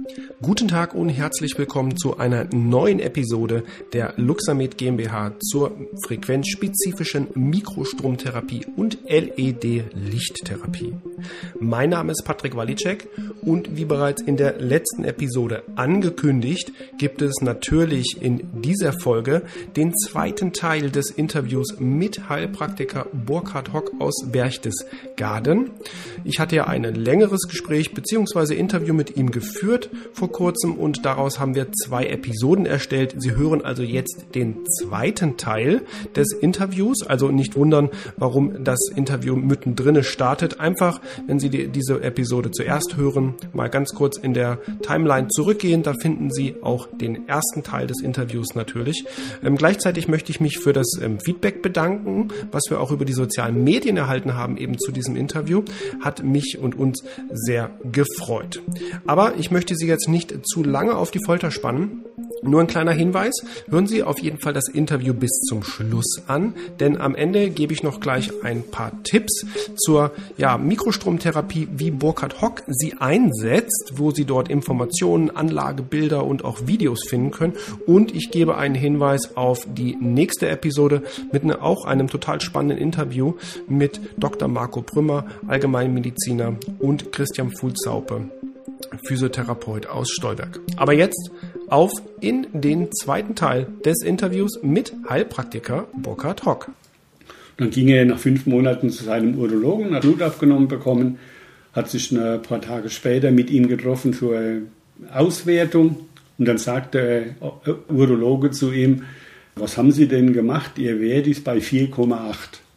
Guten Tag und herzlich willkommen zu einer neuen Episode der Luxamed GmbH zur frequenzspezifischen Mikrostromtherapie und LED-Lichttherapie. Mein Name ist Patrick Walicek und wie bereits in der letzten Episode angekündigt, gibt es natürlich in dieser Folge den zweiten Teil des Interviews mit Heilpraktiker Burkhard Hock aus Berchtesgaden. Ich hatte ja ein längeres Gespräch bzw. Interview mit ihm geführt vor kurzem und daraus haben wir 2 Episoden erstellt. Sie hören also jetzt den zweiten Teil des Interviews, also nicht wundern, warum das Interview mittendrin startet. Einfach, wenn Sie diese Episode zuerst hören, mal ganz kurz in der Timeline zurückgehen, da finden Sie auch den ersten Teil des Interviews natürlich. Gleichzeitig möchte ich mich für das Feedback bedanken, was wir auch über die sozialen Medien erhalten haben, eben zu diesem Interview, hat mich und uns sehr gefreut. Aber ich möchte Sie jetzt nicht zu lange auf die Folter spannen. Nur ein kleiner Hinweis, hören Sie auf jeden Fall das Interview bis zum Schluss an, denn am Ende gebe ich noch gleich ein paar Tipps zur Mikrostromtherapie, wie Burkhard Hock sie einsetzt, wo Sie dort Informationen, Anlagebilder und auch Videos finden können. Und ich gebe einen Hinweis auf die nächste Episode mit auch einem total spannenden Interview mit Dr. Marco Prümmer, Allgemeinmediziner, und Christian Fulzaupe, Physiotherapeut aus Stolberg. Aber jetzt auf in den zweiten Teil des Interviews mit Heilpraktiker Burkhard Hock. Dann ging er nach 5 Monaten zu seinem Urologen, hat Blut abgenommen bekommen, hat sich ein paar Tage später mit ihm getroffen zur Auswertung und dann sagte der Urologe zu ihm: Was haben Sie denn gemacht? Ihr Wert ist bei 4,8.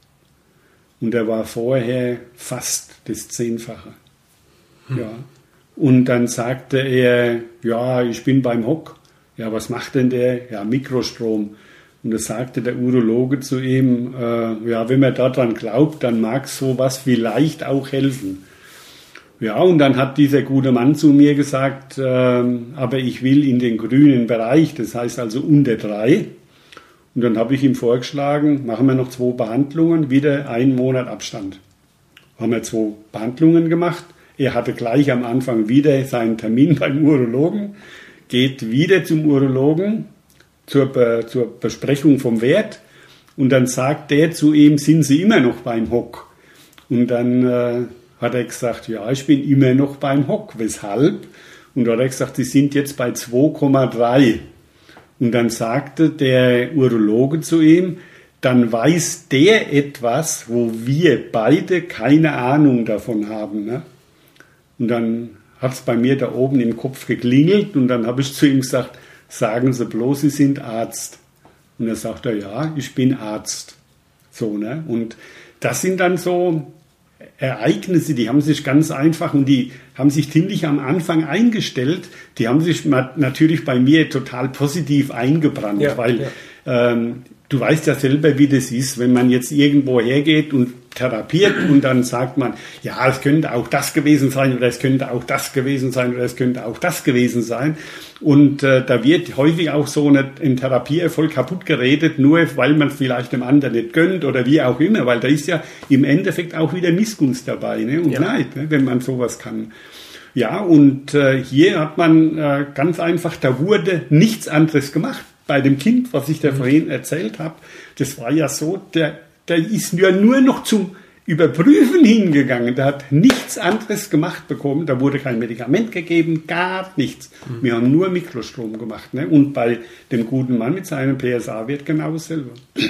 Und er war vorher fast das 10-fache. Ja. Und dann sagte er: Ja, ich bin beim Hock. Ja, was macht denn der? Ja, Mikrostrom. Und da sagte der Urologe zu ihm: wenn man daran glaubt, dann mag sowas vielleicht auch helfen. Ja, und dann hat dieser gute Mann zu mir gesagt: aber ich will in den grünen Bereich, das heißt also unter 3. Und dann habe ich ihm vorgeschlagen, machen wir noch 2 Behandlungen, wieder 1 Monat Abstand. Haben wir 2 Behandlungen gemacht. Er hatte gleich am Anfang wieder seinen Termin beim Urologen, geht wieder zum Urologen zur Besprechung vom Wert und dann sagt der zu ihm: Sind Sie immer noch beim Hock? Und dann hat er gesagt: Ja, ich bin immer noch beim Hock. Weshalb? Und dann hat er gesagt: Sie sind jetzt bei 2,3. Und dann sagte der Urologe zu ihm: Dann weiß der etwas, wo wir beide keine Ahnung davon haben, ne? Und dann hat es bei mir da oben im Kopf geklingelt und dann habe ich zu ihm gesagt: Sagen Sie bloß, Sie sind Arzt. Und dann sagt er: Ja, ich bin Arzt. So, ne? Und das sind dann so Ereignisse, die haben sich ganz einfach und die haben sich ziemlich am Anfang eingestellt. Die haben sich natürlich bei mir total positiv eingebrannt, weil du weißt ja selber, wie das ist, wenn man jetzt irgendwo hergeht und therapiert und dann sagt man: Ja, es könnte auch das gewesen sein oder es könnte auch das gewesen sein oder es könnte auch das gewesen sein. Und da wird häufig auch so ein Therapieerfolg kaputt geredet, nur weil man es vielleicht dem anderen nicht gönnt oder wie auch immer, weil da ist ja im Endeffekt auch wieder Missgunst dabei, ne? Und Neid, ne? Wenn man sowas kann. Ja, und hier hat man ganz einfach, da wurde nichts anderes gemacht. Bei dem Kind, was ich da vorhin erzählt habe, das war ja so, der ist ja nur noch zum Überprüfen hingegangen. Der hat nichts anderes gemacht bekommen. Da wurde kein Medikament gegeben, gar nichts. Wir haben nur Mikrostrom gemacht. Ne? Und bei dem guten Mann mit seinem PSA-Wert genau dasselbe.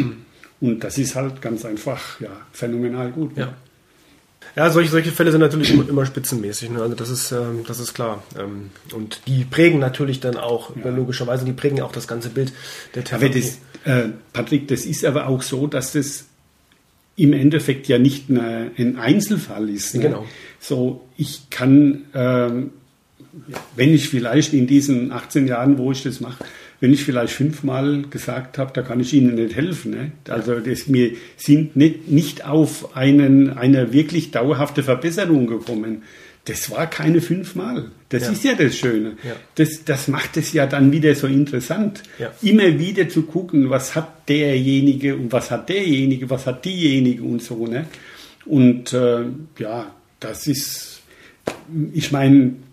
Und das ist halt ganz einfach phänomenal gut. Ne? Ja, solche Fälle sind natürlich immer spitzenmäßig, ne? Also das ist klar. Und die prägen natürlich dann auch, logischerweise, die prägen auch das ganze Bild der Therapie. Aber Patrick, das ist aber auch so, dass das im Endeffekt ja nicht ein Einzelfall ist. Ne? Genau. So, ich kann, wenn ich vielleicht in diesen 18 Jahren, wo ich das mache, wenn ich vielleicht 5-mal gesagt habe, da kann ich Ihnen nicht helfen. Ne? Also wir sind nicht auf eine wirklich dauerhafte Verbesserung gekommen. Das war keine 5-mal. Das ist ja das Schöne. Ja. Das macht es ja dann wieder so interessant. Ja. Immer wieder zu gucken, was hat derjenige und was hat derjenige, was hat diejenige und so. Ne? Und das ist, ich meine,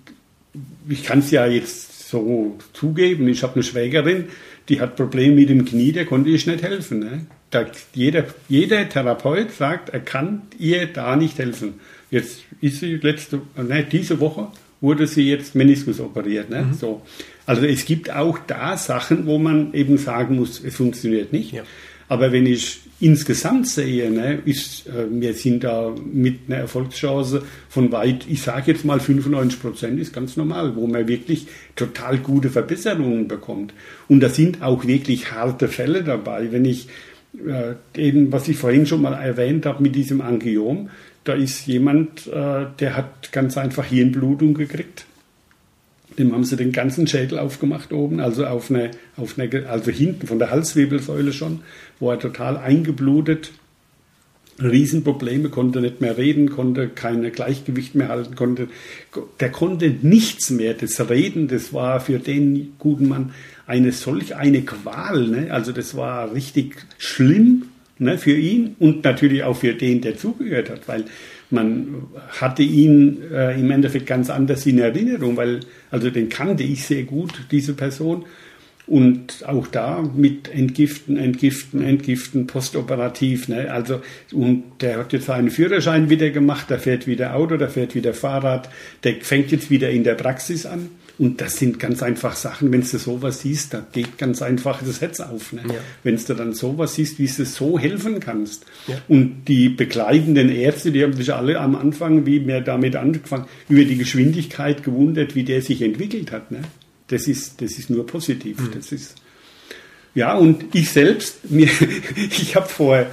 ich kann es ja jetzt so zugeben, ich habe eine Schwägerin, die hat Probleme mit dem Knie, der konnte ich nicht helfen. Ne? Jeder Therapeut sagt, er kann ihr da nicht helfen. Jetzt ist sie diese Woche wurde sie jetzt Meniskus operiert. Ne? So. Also es gibt auch da Sachen, wo man eben sagen muss, es funktioniert nicht. Ja. Aber wenn ich insgesamt sehe, ne, wir sind da mit einer Erfolgschance von weit, ich sage jetzt mal 95% ist ganz normal, wo man wirklich total gute Verbesserungen bekommt. Und da sind auch wirklich harte Fälle dabei. Wenn ich eben, was ich vorhin schon mal erwähnt habe mit diesem Angiom, da ist jemand, der hat ganz einfach Hirnblutung gekriegt. Dem haben sie den ganzen Schädel aufgemacht oben, also also hinten von der Halswirbelsäule schon, wo er total eingeblutet, Riesenprobleme, konnte nicht mehr reden, konnte kein Gleichgewicht mehr halten, der konnte nichts mehr. Das Reden, das war für den guten Mann solch eine Qual, ne? Also das war richtig schlimm, ne, für ihn und natürlich auch für den, der zugehört hat, weil man hatte ihn im Endeffekt ganz anders in Erinnerung, also den kannte ich sehr gut, diese Person. Und auch da mit Entgiften, postoperativ. Ne? Also, und der hat jetzt seinen Führerschein wieder gemacht, der fährt wieder Auto, der fährt wieder Fahrrad, der fängt jetzt wieder in der Praxis an. Und das sind ganz einfach Sachen, wenn du sowas siehst, da geht ganz einfach das Herz auf. Ne? Ja. Wenn du dann sowas siehst, wie du so helfen kannst. Ja. Und die begleitenden Ärzte, die haben sich alle am Anfang, wie wir damit angefangen, über die Geschwindigkeit gewundert, wie der sich entwickelt hat. Ne? Das ist nur positiv. Das ist, ja, und ich selbst, ich habe vor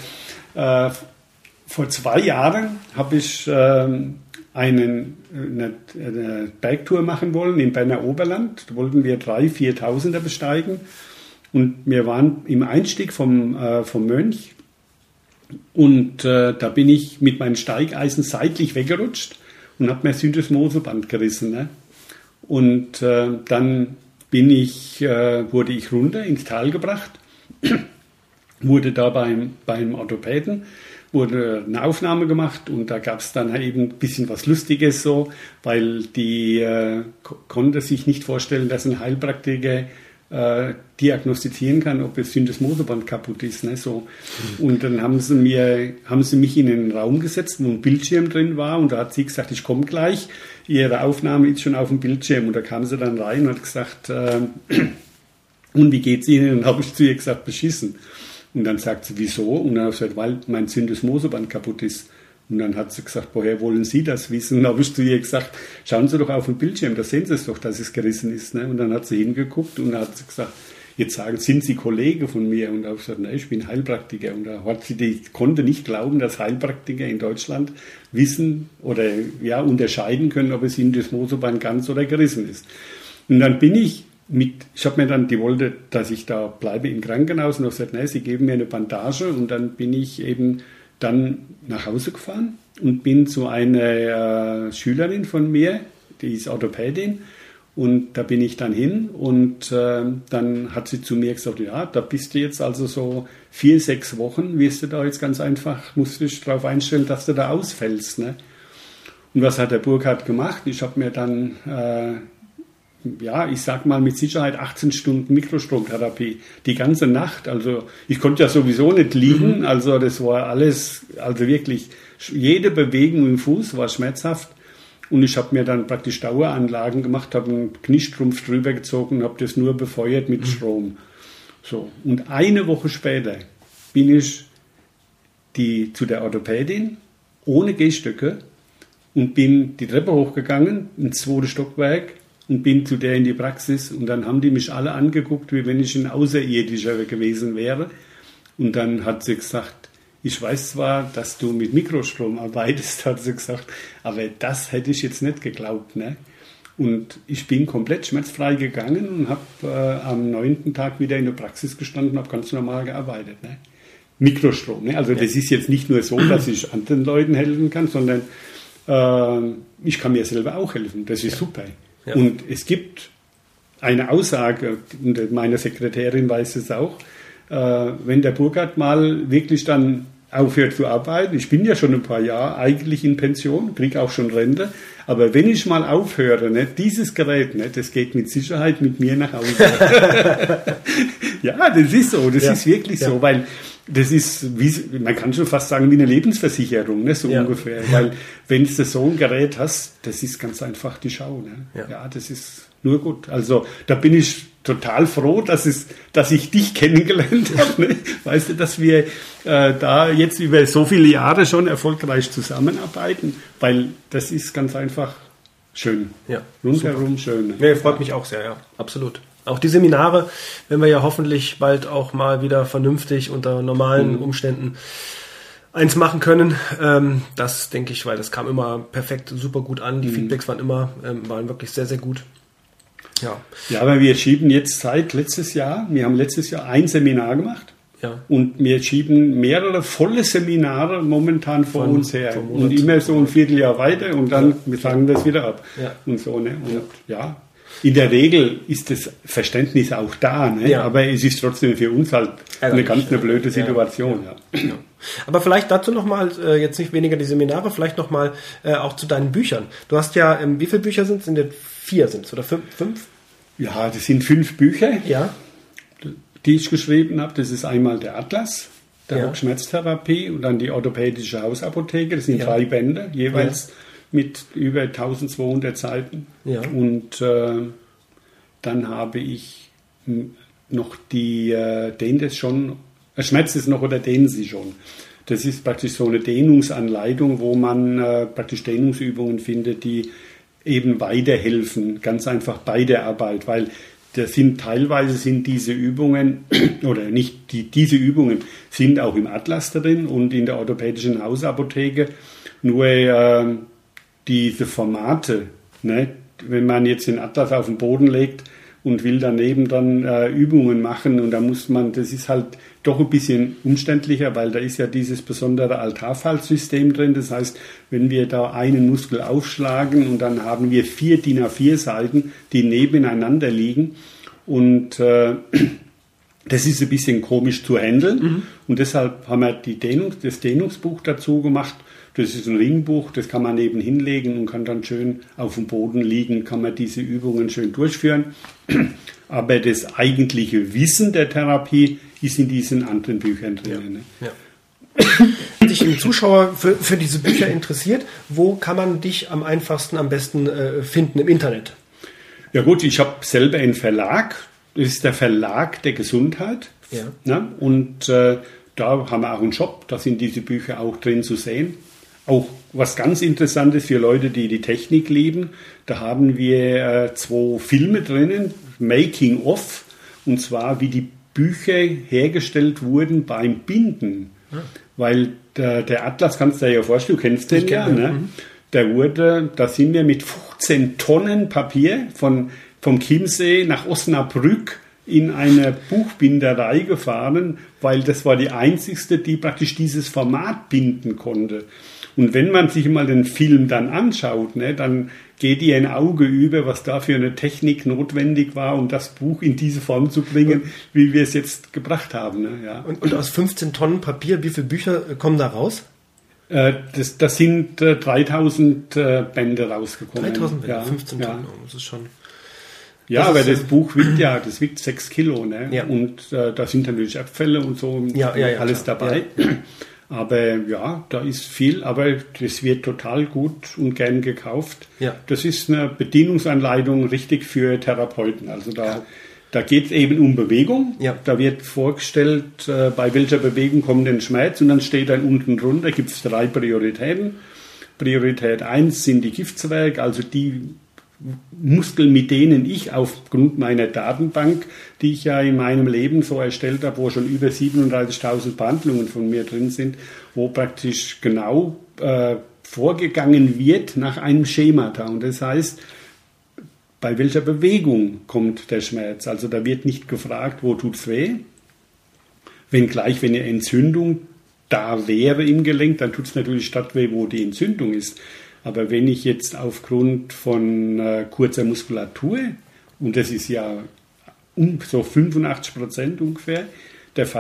2 Jahren habe ich eine Bergtour machen wollen im Berner Oberland. Da wollten wir 3.000, 4.000er besteigen. Und wir waren im Einstieg vom Mönch. Und da bin ich mit meinen Steigeisen seitlich weggerutscht und habe mir Syndesmoseband gerissen. Ne? Und dann wurde ich runter ins Tal gebracht, wurde da beim Orthopäden, wurde eine Aufnahme gemacht und da gab es dann eben ein bisschen was Lustiges so, weil die konnte sich nicht vorstellen, dass ein Heilpraktiker diagnostizieren kann, ob das Syndesmoseband kaputt ist. Ne, so. Und dann haben sie mich in einen Raum gesetzt, wo ein Bildschirm drin war und da hat sie gesagt, ich komme gleich, ihre Aufnahme ist schon auf dem Bildschirm und da kam sie dann rein und hat gesagt, und wie geht's Ihnen? Und dann habe ich zu ihr gesagt, beschissen. Und dann sagt sie, wieso? Und dann habe ich gesagt, weil mein Syndesmoseband kaputt ist. Und dann hat sie gesagt, woher wollen Sie das wissen? Und dann habe ich zu ihr gesagt, schauen Sie doch auf den Bildschirm, da sehen Sie es doch, dass es gerissen ist. Ne? Und dann hat sie hingeguckt und dann hat sie gesagt, jetzt sind Sie Kollege von mir? Und da habe ich gesagt, nein, ich bin Heilpraktiker. Und da konnte nicht glauben, dass Heilpraktiker in Deutschland wissen oder ja unterscheiden können, ob es Syndesmoseband ganz oder gerissen ist. Und dann bin ich die wollte, dass ich da bleibe im Krankenhaus und habe gesagt, nein, Sie geben mir eine Bandage und dann bin ich eben dann nach Hause gefahren und bin zu einer Schülerin von mir, die ist Orthopädin und da bin ich dann hin und dann hat sie zu mir gesagt, ja, da bist du jetzt also so 4, 6 Wochen, wirst du da jetzt ganz einfach, musst du dich darauf einstellen, dass du da ausfällst. Ne? Und was hat der Burkhard gemacht? Ich habe mir dann ich sag mal mit Sicherheit 18 Stunden Mikrostromtherapie, die ganze Nacht. Also ich konnte ja sowieso nicht liegen, also das war alles, also wirklich, jede Bewegung im Fuß war schmerzhaft und ich habe mir dann praktisch Daueranlagen gemacht, habe einen Kniestrumpf drüber gezogen und habe das nur befeuert mit Strom. So. Und eine Woche später bin ich zu der Orthopädin ohne Gehstöcke und bin die Treppe hochgegangen, ins 2. Stockwerk, und bin zu der in die Praxis und dann haben die mich alle angeguckt, wie wenn ich ein Außerirdischer gewesen wäre. Und dann hat sie gesagt, ich weiß zwar, dass du mit Mikrostrom arbeitest, hat sie gesagt, aber das hätte ich jetzt nicht geglaubt. Ne? Und ich bin komplett schmerzfrei gegangen und habe am 9. Tag wieder in der Praxis gestanden und habe ganz normal gearbeitet. Ne? Mikrostrom. Ne? Also das ist jetzt nicht nur so, dass ich anderen Leuten helfen kann, sondern ich kann mir selber auch helfen. Das ist super. Ja. Und es gibt eine Aussage, und meine Sekretärin weiß es auch, wenn der Burkhard mal wirklich dann aufhört zu arbeiten, ich bin ja schon ein paar Jahre eigentlich in Pension, kriege auch schon Rente, Aber wenn ich mal aufhöre, ne, dieses Gerät, ne, das geht mit Sicherheit mit mir nach Hause. Ja, das ist so, das ist wirklich so, weil das ist, wie, man kann schon fast sagen, wie eine Lebensversicherung, ne, so ungefähr. Weil wenn du so ein Gerät hast, das ist ganz einfach die Schau. Ne? Ja, das ist nur gut. Also da bin ich total froh, dass ich dich kennengelernt habe. Ne? Weißt du, dass wir da jetzt über so viele Jahre schon erfolgreich zusammenarbeiten, weil das ist ganz einfach schön. Ja, rundherum schön. Ne? Nee, freut mich auch sehr, ja, absolut. Auch die Seminare, wenn wir ja hoffentlich bald auch mal wieder vernünftig unter normalen Umständen eins machen können, das denke ich, weil das kam immer perfekt, super gut an. Die Feedbacks waren wirklich sehr, sehr gut. Ja, aber wir schieben jetzt seit letztes Jahr, wir haben letztes Jahr ein Seminar gemacht. Ja. Und wir schieben mehrere volle Seminare momentan vor uns her. Und immer so ein Vierteljahr weiter und dann wir fangen das wieder ab. Ja. Und so, ne? Und in der Regel ist das Verständnis auch da, ne? Ja. Aber es ist trotzdem für uns halt eine blöde Situation. Ja. Aber vielleicht dazu nochmal, jetzt nicht weniger die Seminare, vielleicht nochmal auch zu deinen Büchern. Du hast ja, wie viele Bücher sind es? Sind das 4 oder 5? Ja, das sind 5 Bücher, die ich geschrieben habe. Das ist einmal der Atlas der Schmerztherapie und dann die orthopädische Hausapotheke. Das sind 3 Bände, jeweils mit über 1200 Seiten. Ja. Und dann habe ich noch dehnt es schon, schmerzt es noch oder dehnen Sie schon. Das ist praktisch so eine Dehnungsanleitung, wo man praktisch Dehnungsübungen findet, die eben weiterhelfen, ganz einfach bei der Arbeit, weil teilweise sind diese Übungen, oder nicht, diese Übungen sind auch im Atlas drin und in der orthopädischen Hausapotheke, nur diese Formate, ne, wenn man jetzt den Atlas auf den Boden legt und will daneben dann Übungen machen und da muss man, das ist halt doch ein bisschen umständlicher, weil da ist ja dieses besondere Altarfaltsystem drin. Das heißt, wenn wir da einen Muskel aufschlagen und dann haben wir 4 DIN A4 Seiten, die nebeneinander liegen und das ist ein bisschen komisch zu handeln und deshalb haben wir das Dehnungsbuch dazu gemacht. Das ist ein Ringbuch, das kann man neben hinlegen und kann dann schön auf dem Boden liegen, kann man diese Übungen schön durchführen. Aber das eigentliche Wissen der Therapie ist in diesen anderen Büchern drin. Ja. Wenn sich ein Zuschauer für diese Bücher interessiert, wo kann man dich am einfachsten, am besten finden im Internet? Ja gut, ich habe selber einen Verlag. Das ist der Verlag der Gesundheit. Ja. Ne? Und da haben wir auch einen Shop, da sind diese Bücher auch drin zu sehen. Auch was ganz Interessantes für Leute, die die Technik lieben, da haben wir 2 Filme drinnen, Making of, und zwar wie die Bücher hergestellt wurden beim Binden. Weil der Atlas, kannst du dir ja vorstellen, du kennst den ja, ne? Da sind wir mit 15 Tonnen Papier vom Chiemsee nach Osnabrück in eine Buchbinderei gefahren, weil das war die einzigste, die praktisch dieses Format binden konnte. Und wenn man sich mal den Film dann anschaut, ne, dann geht ihr ein Auge über, was da für eine Technik notwendig war, um das Buch in diese Form zu bringen, wie wir es jetzt gebracht haben. Ne, ja. Und aus 15 Tonnen Papier, wie viele Bücher kommen da raus? Das sind 3000 Bände rausgekommen. 3000 Bände, 15 Tonnen, das ist schon... Ja, aber das Buch wiegt 6 Kilo. Ne? Ja. Und da sind natürlich Abfälle und so alles dabei. Ja. Aber ja, da ist viel, aber das wird total gut und gern gekauft. Ja. Das ist eine Bedienungsanleitung richtig für Therapeuten. Also da geht es eben um Bewegung. Ja. Da wird vorgestellt, bei welcher Bewegung kommt denn Schmerz und dann steht dann unten drunter, gibt es 3 Prioritäten. Priorität 1 sind die Giftswerke, also die Muskeln, mit denen ich aufgrund meiner Datenbank, die ich ja in meinem Leben so erstellt habe, wo schon über 37.000 Behandlungen von mir drin sind, wo praktisch genau vorgegangen wird nach einem Schemata. Und das heißt, bei welcher Bewegung kommt der Schmerz? Also da wird nicht gefragt, wo tut's weh? Wenngleich, wenn eine Entzündung da wäre im Gelenk, dann tut's natürlich statt weh, wo die Entzündung ist. Aber wenn ich jetzt aufgrund von kurzer Muskulatur, und das ist ja so 85% ungefähr der Fall,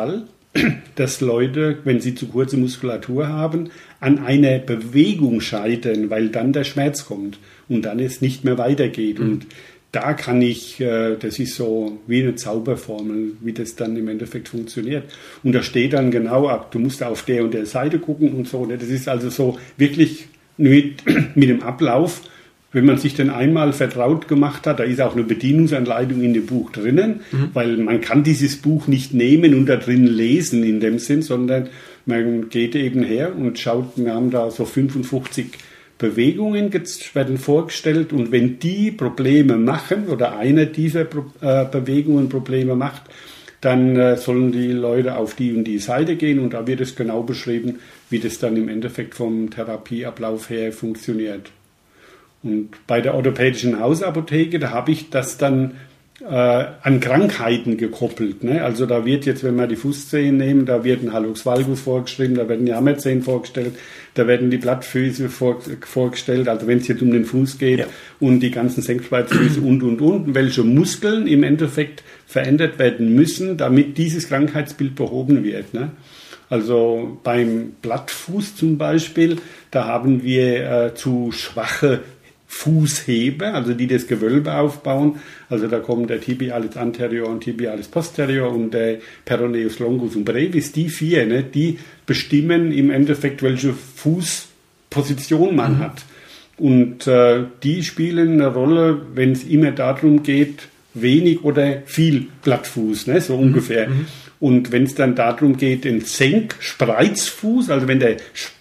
dass Leute, wenn sie zu kurze Muskulatur haben, an einer Bewegung scheitern, weil dann der Schmerz kommt und dann es nicht mehr weitergeht. Und da kann ich, das ist so wie eine Zauberformel, wie das dann im Endeffekt funktioniert. Und da steht dann genau ab, du musst auf der und der Seite gucken und so. Das ist also so wirklich mit dem Ablauf. Wenn man sich dann einmal vertraut gemacht hat, da ist auch eine Bedienungsanleitung in dem Buch drinnen, weil man kann dieses Buch nicht nehmen und da drin lesen in dem Sinn, sondern man geht eben her und schaut, wir haben da so 55 Bewegungen werden vorgestellt und wenn die Probleme machen oder eine dieser Bewegungen Probleme macht, dann sollen die Leute auf die und die Seite gehen und da wird es genau beschrieben, wie das dann im Endeffekt vom Therapieablauf her funktioniert. Und bei der orthopädischen Hausapotheke, da habe ich das dann an Krankheiten gekoppelt. Ne? Also da wird jetzt, wenn wir die Fußzehen nehmen, da wird ein Hallux valgus vorgeschrieben, da werden die Hammerzehen vorgestellt, da werden die Plattfüße vorgestellt, also wenn es jetzt um den Fuß geht und die ganzen Senkspreizefüße und welche Muskeln im Endeffekt verändert werden müssen, damit dieses Krankheitsbild behoben wird. Ne? Also beim Plattfuß zum Beispiel, da haben wir zu schwache Fußheber, also die das Gewölbe aufbauen. Also da kommen der Tibialis anterior und Tibialis posterior und der Peroneus longus und brevis. Die vier, ne, die bestimmen im Endeffekt, welche Fußposition man hat. Und die spielen eine Rolle, wenn es immer darum geht, wenig oder viel Plattfuß, ne, so ungefähr. Und wenn es dann darum geht, den Spreizfuß, also wenn der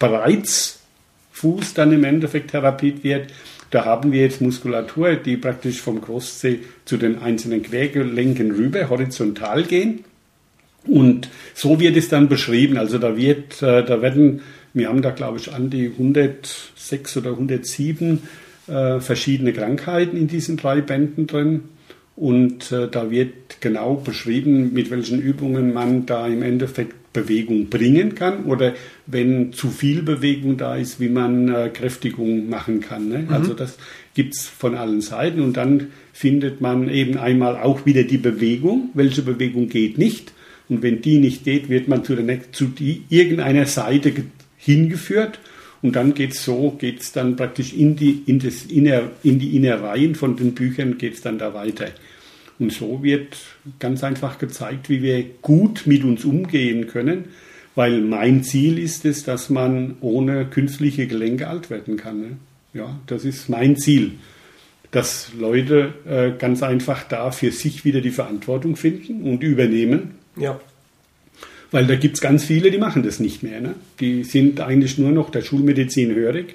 Spreizfuß dann im Endeffekt therapiert wird, da haben wir jetzt Muskulatur, die praktisch vom Großzeh zu den einzelnen Quergelenken rüber horizontal gehen. Und so wird es dann beschrieben. Also da werden, wir haben da glaube ich an die 106 oder 107 verschiedene Krankheiten in diesen 3 Bänden drin. Und da wird genau beschrieben, mit welchen Übungen man da im Endeffekt Bewegung bringen kann oder wenn zu viel Bewegung da ist, wie man Kräftigung machen kann. Ne? Also das gibt es von allen Seiten und dann findet man eben einmal auch wieder die Bewegung, welche Bewegung geht nicht und wenn die nicht geht, wird man zu irgendeiner Seite hingeführt und dann geht's dann praktisch in die Innereien von den Büchern geht's dann da weiter. Und so wird ganz einfach gezeigt, wie wir gut mit uns umgehen können, weil mein Ziel ist es, dass man ohne künstliche Gelenke alt werden kann. Ne? Ja, das ist mein Ziel, dass Leute ganz einfach da für sich wieder die Verantwortung finden und übernehmen. Ja. Weil da gibt es ganz viele, die machen das nicht mehr. Ne? Die sind eigentlich nur noch der Schulmedizin hörig.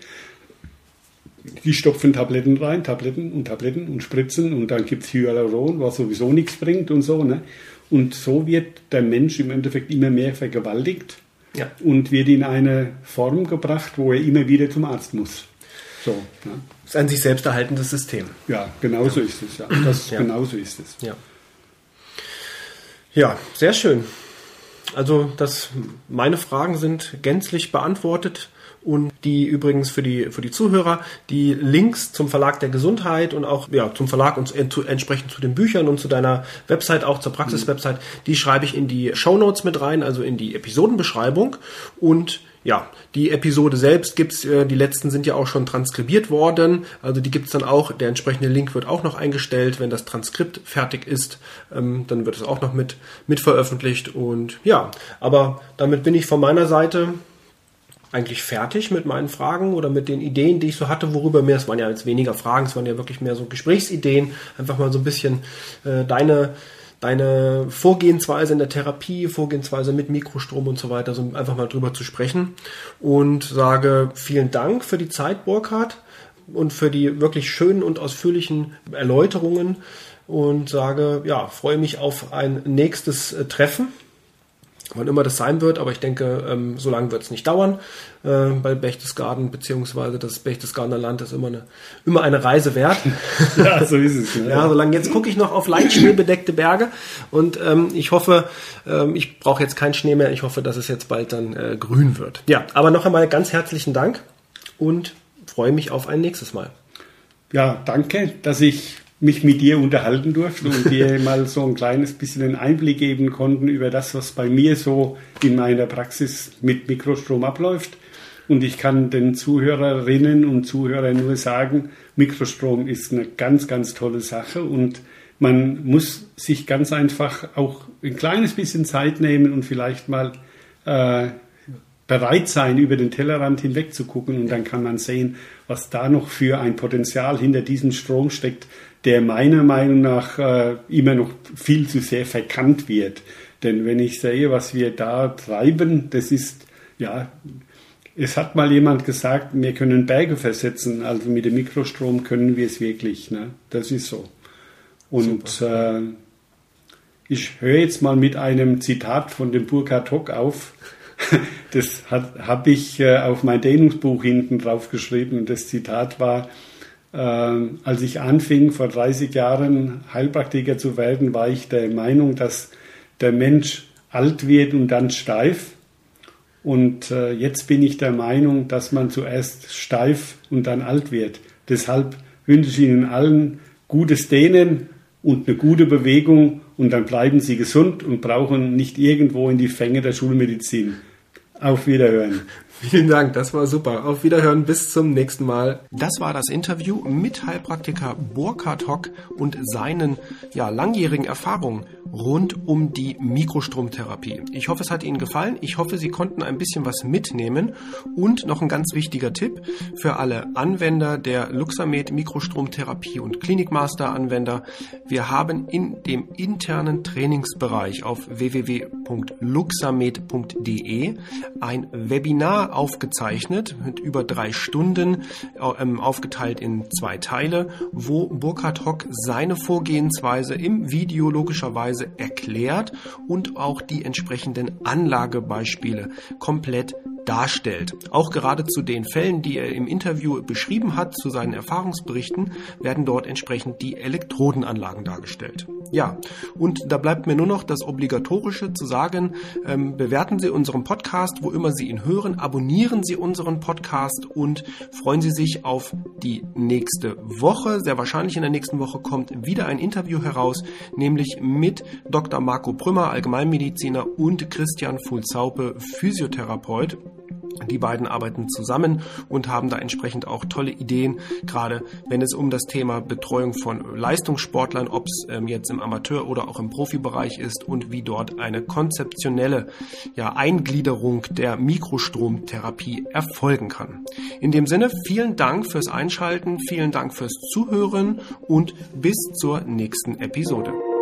Die stopfen Tabletten rein, Tabletten und spritzen und dann gibt es Hyaluron, was sowieso nichts bringt und so. Ne? Und so wird der Mensch im Endeffekt immer mehr vergewaltigt und wird in eine Form gebracht, wo er immer wieder zum Arzt muss. So, ne? Das ist ein sich selbst erhaltendes System. Ja, genau so ist es. Ja. Genau so ist es. Ja, sehr schön. Also meine Fragen sind gänzlich beantwortet. Und die übrigens für die Zuhörer, die Links zum Verlag der Gesundheit und auch zum Verlag und entsprechend zu den Büchern und zu deiner Website, auch zur Praxis-Website, die schreibe ich in die Shownotes mit rein, also in die Episodenbeschreibung. Und ja, die Episode selbst gibt's, die letzten sind ja auch schon transkribiert worden, also die gibt's dann auch, der entsprechende Link wird auch noch eingestellt, wenn das Transkript fertig ist, dann wird es auch noch mit veröffentlicht und ja, aber damit bin ich von meiner Seite eigentlich fertig mit meinen Fragen oder mit den Ideen, die ich so hatte, es waren ja jetzt weniger Fragen, es waren ja wirklich mehr so Gesprächsideen, einfach mal so ein bisschen deine Vorgehensweise in der Therapie, Vorgehensweise mit Mikrostrom und so weiter, so einfach mal drüber zu sprechen und sage vielen Dank für die Zeit, Burkhard, und für die wirklich schönen und ausführlichen Erläuterungen und sage, freue mich auf ein nächstes Treffen. Wann immer das sein wird, aber ich denke, so lange wird es nicht dauern. Bei Berchtesgaden beziehungsweise das Berchtesgadener Land ist immer eine Reise wert. Ja, so ist es. Ja, solange jetzt gucke ich noch auf leicht schneebedeckte Berge und ich hoffe, ich brauche jetzt keinen Schnee mehr. Ich hoffe, dass es jetzt bald dann grün wird. Ja, aber noch einmal ganz herzlichen Dank und freue mich auf ein nächstes Mal. Ja, danke, dass ich mich mit dir unterhalten durfte und dir mal so ein kleines bisschen einen Einblick geben konnten über das, was bei mir so in meiner Praxis mit Mikrostrom abläuft. Und ich kann den Zuhörerinnen und Zuhörern nur sagen, Mikrostrom ist eine ganz, ganz tolle Sache und man muss sich ganz einfach auch ein kleines bisschen Zeit nehmen und vielleicht mal bereit sein, über den Tellerrand hinweg zu gucken und dann kann man sehen, was da noch für ein Potenzial hinter diesem Strom steckt, der meiner Meinung nach immer noch viel zu sehr verkannt wird. Denn wenn ich sehe, was wir da treiben, das ist, ja, es hat mal jemand gesagt, wir können Berge versetzen, also mit dem Mikrostrom können wir es wirklich. Ne? Das ist so. Und ich höre jetzt mal mit einem Zitat von dem Burkhard Hock auf. Das habe ich auf mein Dehnungsbuch hinten drauf geschrieben. Und das Zitat war, als ich anfing, vor 30 Jahren Heilpraktiker zu werden, war ich der Meinung, dass der Mensch alt wird und dann steif. Und jetzt bin ich der Meinung, dass man zuerst steif und dann alt wird. Deshalb wünsche ich Ihnen allen gutes Dehnen und eine gute Bewegung und dann bleiben Sie gesund und brauchen nicht irgendwo in die Fänge der Schulmedizin. Auf Wiederhören. Vielen Dank, das war super. Auf Wiederhören, bis zum nächsten Mal. Das war das Interview mit Heilpraktiker Burkhard Hock und seinen langjährigen Erfahrungen rund um die Mikrostromtherapie. Ich hoffe, es hat Ihnen gefallen. Ich hoffe, Sie konnten ein bisschen was mitnehmen. Und noch ein ganz wichtiger Tipp für alle Anwender der Luxamed Mikrostromtherapie und Klinikmaster-Anwender. Wir haben in dem internen Trainingsbereich auf www.luxamed.de ein Webinar aufgezeichnet mit über 3 Stunden, aufgeteilt in 2 Teile, wo Burkhard Hock seine Vorgehensweise im Video logischerweise erklärt und auch die entsprechenden Anlagebeispiele komplett darstellt. Auch gerade zu den Fällen, die er im Interview beschrieben hat, zu seinen Erfahrungsberichten, werden dort entsprechend die Elektrodenanlagen dargestellt. Ja, und da bleibt mir nur noch das Obligatorische zu sagen, bewerten Sie unseren Podcast, wo immer Sie ihn hören, abonnieren Sie unseren Podcast und freuen Sie sich auf die nächste Woche. Sehr wahrscheinlich in der nächsten Woche kommt wieder ein Interview heraus, nämlich mit Dr. Marco Prümmer, Allgemeinmediziner, und Christian Fulzaupe, Physiotherapeut. Die beiden arbeiten zusammen und haben da entsprechend auch tolle Ideen, gerade wenn es um das Thema Betreuung von Leistungssportlern, ob es jetzt im Amateur- oder auch im Profibereich ist und wie dort eine konzeptionelle Eingliederung der Mikrostromtherapie erfolgen kann. In dem Sinne, vielen Dank fürs Einschalten, vielen Dank fürs Zuhören und bis zur nächsten Episode.